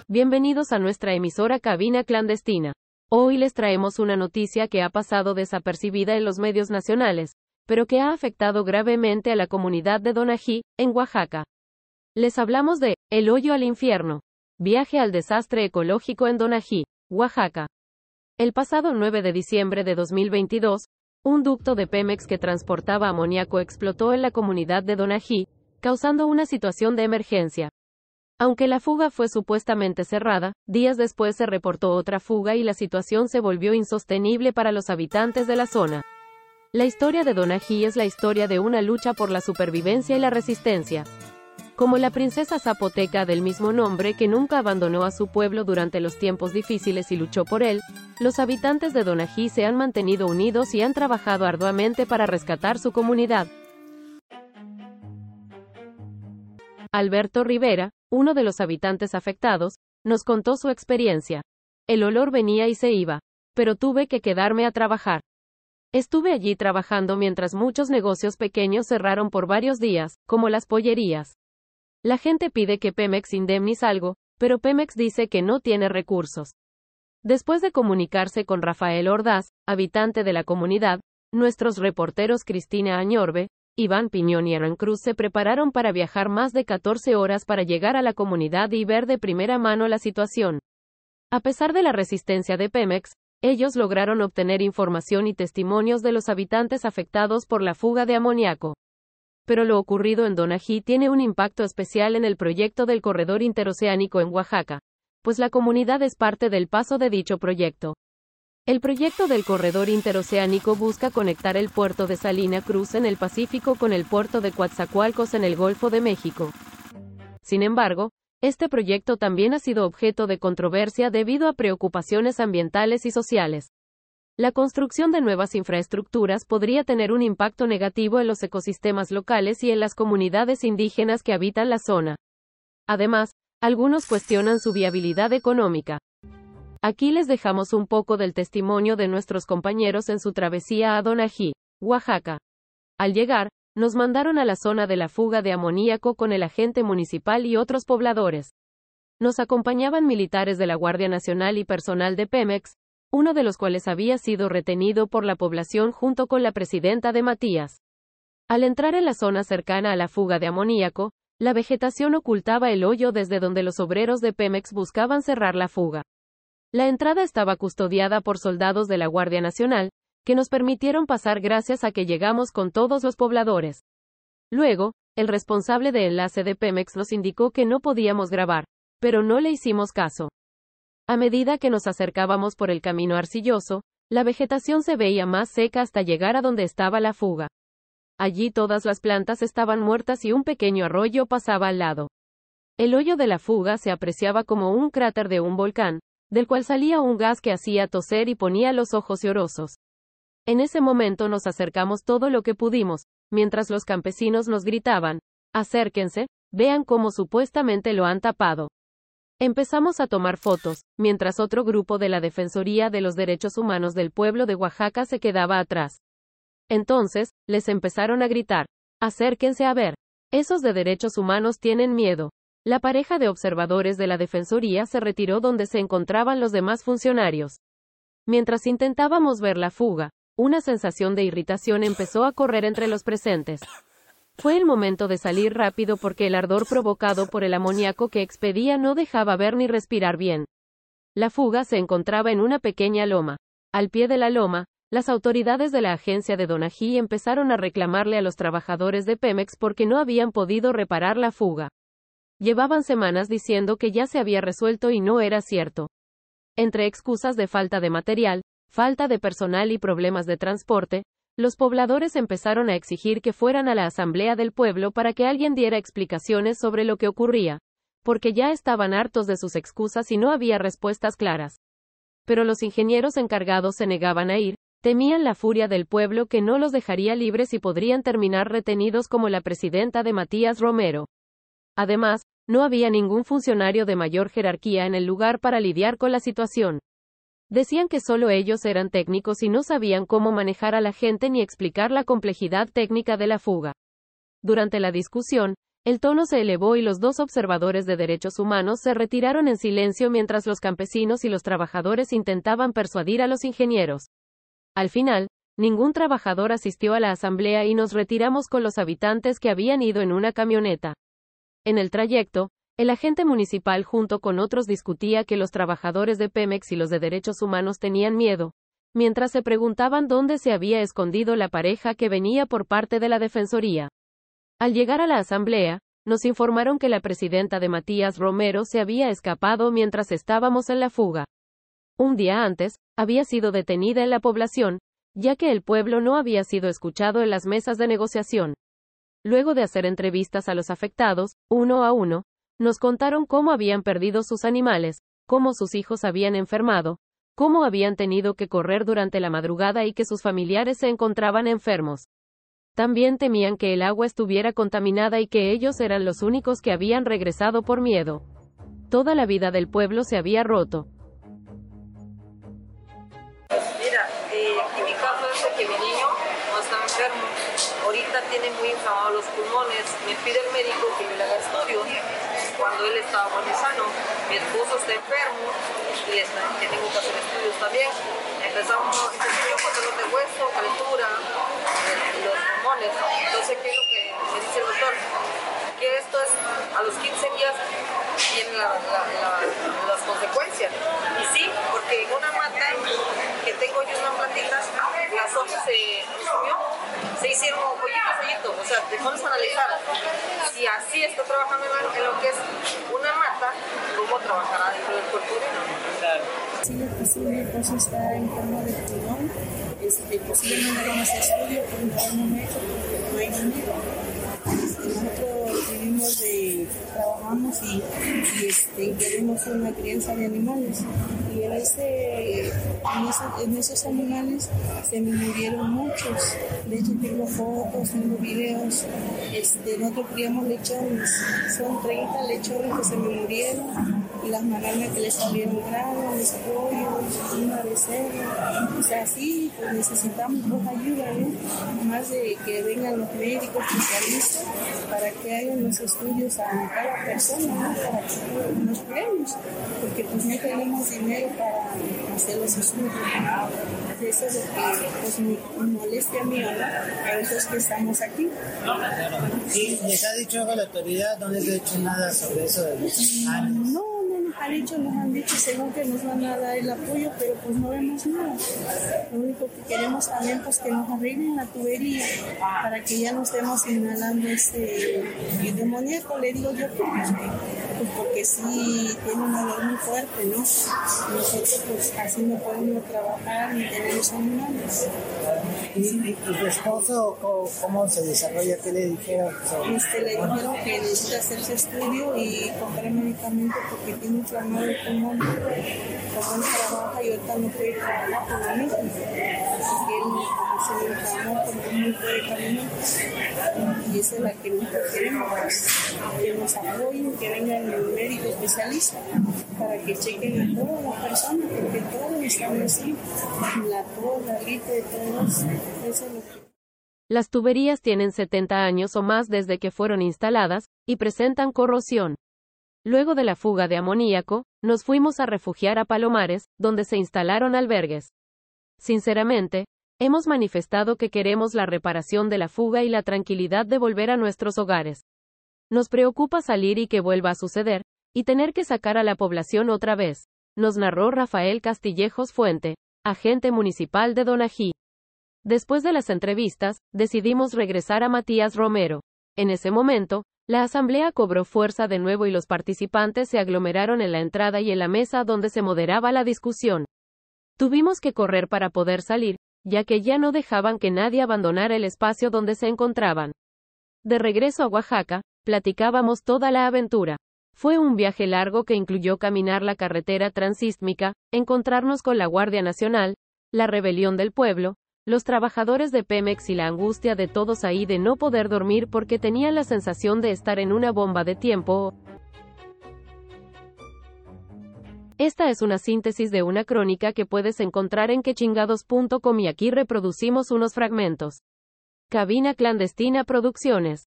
Bienvenidos a nuestra emisora Cabina Clandestina. Hoy les traemos una noticia que ha pasado desapercibida en los medios nacionales, pero que ha afectado gravemente a la comunidad de Donají, en Oaxaca. Les hablamos de El Hoyo al Infierno. Viaje al desastre ecológico en Donají, Oaxaca. El pasado 9 de diciembre de 2022, un ducto de Pemex que transportaba amoníaco explotó en la comunidad de Donají, causando una situación de emergencia. Aunque la fuga fue supuestamente cerrada, días después se reportó otra fuga y la situación se volvió insostenible para los habitantes de la zona. La historia de Donají es la historia de una lucha por la supervivencia y la resistencia. Como la princesa zapoteca del mismo nombre que nunca abandonó a su pueblo durante los tiempos difíciles y luchó por él, los habitantes de Donají se han mantenido unidos y han trabajado arduamente para rescatar su comunidad. Alberto Rivera, uno de los habitantes afectados, nos contó su experiencia. El olor venía y se iba, pero tuve que quedarme a trabajar. Estuve allí trabajando mientras muchos negocios pequeños cerraron por varios días, como las pollerías. La gente pide que Pemex indemnice algo, pero Pemex dice que no tiene recursos. Después de comunicarse con Rafael Ordaz, habitante de la comunidad, nuestros reporteros Cristina Añorbe, Iván Piñón y Aaron Cruz se prepararon para viajar más de 14 horas para llegar a la comunidad y ver de primera mano la situación. A pesar de la resistencia de Pemex, ellos lograron obtener información y testimonios de los habitantes afectados por la fuga de amoníaco. Pero lo ocurrido en Donají tiene un impacto especial en el proyecto del corredor interoceánico en Oaxaca, pues la comunidad es parte del paso de dicho proyecto. El proyecto del corredor interoceánico busca conectar el puerto de Salina Cruz en el Pacífico con el puerto de Coatzacoalcos en el Golfo de México. Sin embargo, este proyecto también ha sido objeto de controversia debido a preocupaciones ambientales y sociales. La construcción de nuevas infraestructuras podría tener un impacto negativo en los ecosistemas locales y en las comunidades indígenas que habitan la zona. Además, algunos cuestionan su viabilidad económica. Aquí les dejamos un poco del testimonio de nuestros compañeros en su travesía a Donají, Oaxaca. Al llegar, nos mandaron a la zona de la fuga de amoníaco con el agente municipal y otros pobladores. Nos acompañaban militares de la Guardia Nacional y personal de Pemex, uno de los cuales había sido retenido por la población junto con la presidenta de Matías. Al entrar en la zona cercana a la fuga de amoníaco, la vegetación ocultaba el hoyo desde donde los obreros de Pemex buscaban cerrar la fuga. La entrada estaba custodiada por soldados de la Guardia Nacional, que nos permitieron pasar gracias a que llegamos con todos los pobladores. Luego, el responsable de enlace de Pemex nos indicó que no podíamos grabar, pero no le hicimos caso. A medida que nos acercábamos por el camino arcilloso, la vegetación se veía más seca hasta llegar a donde estaba la fuga. Allí todas las plantas estaban muertas y un pequeño arroyo pasaba al lado. El hoyo de la fuga se apreciaba como un cráter de un volcán, del cual salía un gas que hacía toser y ponía los ojos llorosos. En ese momento nos acercamos todo lo que pudimos, mientras los campesinos nos gritaban, acérquense, vean cómo supuestamente lo han tapado. Empezamos a tomar fotos, mientras otro grupo de la Defensoría de los Derechos Humanos del pueblo de Oaxaca se quedaba atrás. Entonces, les empezaron a gritar, acérquense a ver, esos de derechos humanos tienen miedo. La pareja de observadores de la Defensoría se retiró donde se encontraban los demás funcionarios. Mientras intentábamos ver la fuga, una sensación de irritación empezó a correr entre los presentes. Fue el momento de salir rápido porque el ardor provocado por el amoníaco que expedía no dejaba ver ni respirar bien. La fuga se encontraba en una pequeña loma. Al pie de la loma, las autoridades de la agencia de Donají empezaron a reclamarle a los trabajadores de Pemex porque no habían podido reparar la fuga. Llevaban semanas diciendo que ya se había resuelto y no era cierto. Entre excusas de falta de material, falta de personal y problemas de transporte, los pobladores empezaron a exigir que fueran a la asamblea del pueblo para que alguien diera explicaciones sobre lo que ocurría, porque ya estaban hartos de sus excusas y no había respuestas claras. Pero los ingenieros encargados se negaban a ir, temían la furia del pueblo que no los dejaría libres y podrían terminar retenidos como la presidenta de Matías Romero. Además, no había ningún funcionario de mayor jerarquía en el lugar para lidiar con la situación. Decían que solo ellos eran técnicos y no sabían cómo manejar a la gente ni explicar la complejidad técnica de la fuga. Durante la discusión, El tono se elevó y los dos observadores de derechos humanos se retiraron en silencio mientras los campesinos y los trabajadores intentaban persuadir a los ingenieros. Al final, ningún trabajador asistió a la asamblea y nos retiramos con los habitantes que habían ido en una camioneta. En el trayecto, el agente municipal junto con otros discutía que los trabajadores de Pemex y los de derechos humanos tenían miedo, mientras se preguntaban dónde se había escondido la pareja que venía por parte de la Defensoría. Al llegar a la asamblea, nos informaron que la presidenta de Matías Romero se había escapado mientras estábamos en la fuga. Un día antes, había sido detenida en la población, ya que el pueblo no había sido escuchado en las mesas de negociación. Luego de hacer entrevistas a los afectados, uno a uno, nos contaron cómo habían perdido sus animales, cómo sus hijos habían enfermado, cómo habían tenido que correr durante la madrugada y que sus familiares se encontraban enfermos. También temían que el agua estuviera contaminada y que ellos eran los únicos que habían regresado por miedo. Toda la vida del pueblo se había roto. Mira, aquí mi caso es de que mi niño no está enfermo. Ahorita tiene muy inflamados los pulmones. Me pide el médico que yo le haga estudios cuando él estaba bueno y sano. Mi esposo está enfermo y que tengo que hacer estudios también. Empezamos con dolor de hueso, calentura, los pulmones. Entonces, ¿qué es lo que me dice el doctor? Que esto es a los 15 días tienen las consecuencias. Y sí, porque en una mata que tengo yo unas plantitas, las hojas se hicieron hoyitos. O sea, te pones a analizar. Si así está trabajando en lo que es una mata, ¿cómo trabajará dentro del cuerpo humano? Claro. Sí, pues mi esposo está enfermo de pulmón. Posiblemente vamos a estudio, pero no hemos hecho porque no hay dinero. Nosotros vivimos trabajamos y tenemos una crianza de animales. Y en esos animales se me murieron muchos. De hecho, tengo fotos, tengo videos. Nosotros criamos lechones. Son 30 lechones que se me murieron. Y las marañas que les salieron graves, pollos, una becerra. O sea, sí, pues necesitamos pues, ayuda, ¿no? Más de que vengan los médicos especialistas para que hagan los estudios a cada persona, ¿no? Para que nos curemos, porque pues no tenemos dinero para hacer los estudios. Eso es lo que pues, me molesta a mí, ¿no? A eso es que estamos aquí. ¿Y les ha dicho algo a la autoridad? ¿No les ha dicho nada sobre eso de los animales? No. Nos han dicho según que nos van a dar el apoyo, pero pues no vemos nada. Lo único que queremos también pues que nos arreglen la tubería para que ya no estemos inhalando el demoníaco, le digo yo, pues porque sí tiene un olor muy fuerte, ¿no? Nosotros pues así no podemos trabajar ni tenemos animales. ¿Y tu esposo cómo se desarrolla? ¿Qué le dijeron? Le dijeron que necesita hacerse estudio y comprar medicamentos porque tiene inflamado el pulmón. Como él trabaja y ahorita no puede trabajar por lo mismo. Porque él se le inflamó porque no puede caminar. Y esa es la que nosotros queremos, que nos apoyen, que vengan el médico especialista para que chequen a todas las personas, porque todos están así, la tos, la gripe, todos, eso es lo que... Las tuberías tienen 70 años o más desde que fueron instaladas, y presentan corrosión. Luego de la fuga de amoníaco, nos fuimos a refugiar a Palomares, donde se instalaron albergues. Sinceramente, hemos manifestado que queremos la reparación de la fuga y la tranquilidad de volver a nuestros hogares. Nos preocupa salir y que vuelva a suceder, y tener que sacar a la población otra vez, nos narró Rafael Castillejos Fuente, agente municipal de Donají. Después de las entrevistas, decidimos regresar a Matías Romero. En ese momento, la asamblea cobró fuerza de nuevo y los participantes se aglomeraron en la entrada y en la mesa donde se moderaba la discusión. Tuvimos que correr para poder salir, ya que ya no dejaban que nadie abandonara el espacio donde se encontraban. De regreso a Oaxaca, platicábamos toda la aventura. Fue un viaje largo que incluyó caminar la carretera transístmica, encontrarnos con la Guardia Nacional, la rebelión del pueblo, los trabajadores de Pemex y la angustia de todos ahí de no poder dormir porque tenían la sensación de estar en una bomba de tiempo. Esta es una síntesis de una crónica que puedes encontrar en quechingados.com y aquí reproducimos unos fragmentos. Cabina Clandestina Producciones.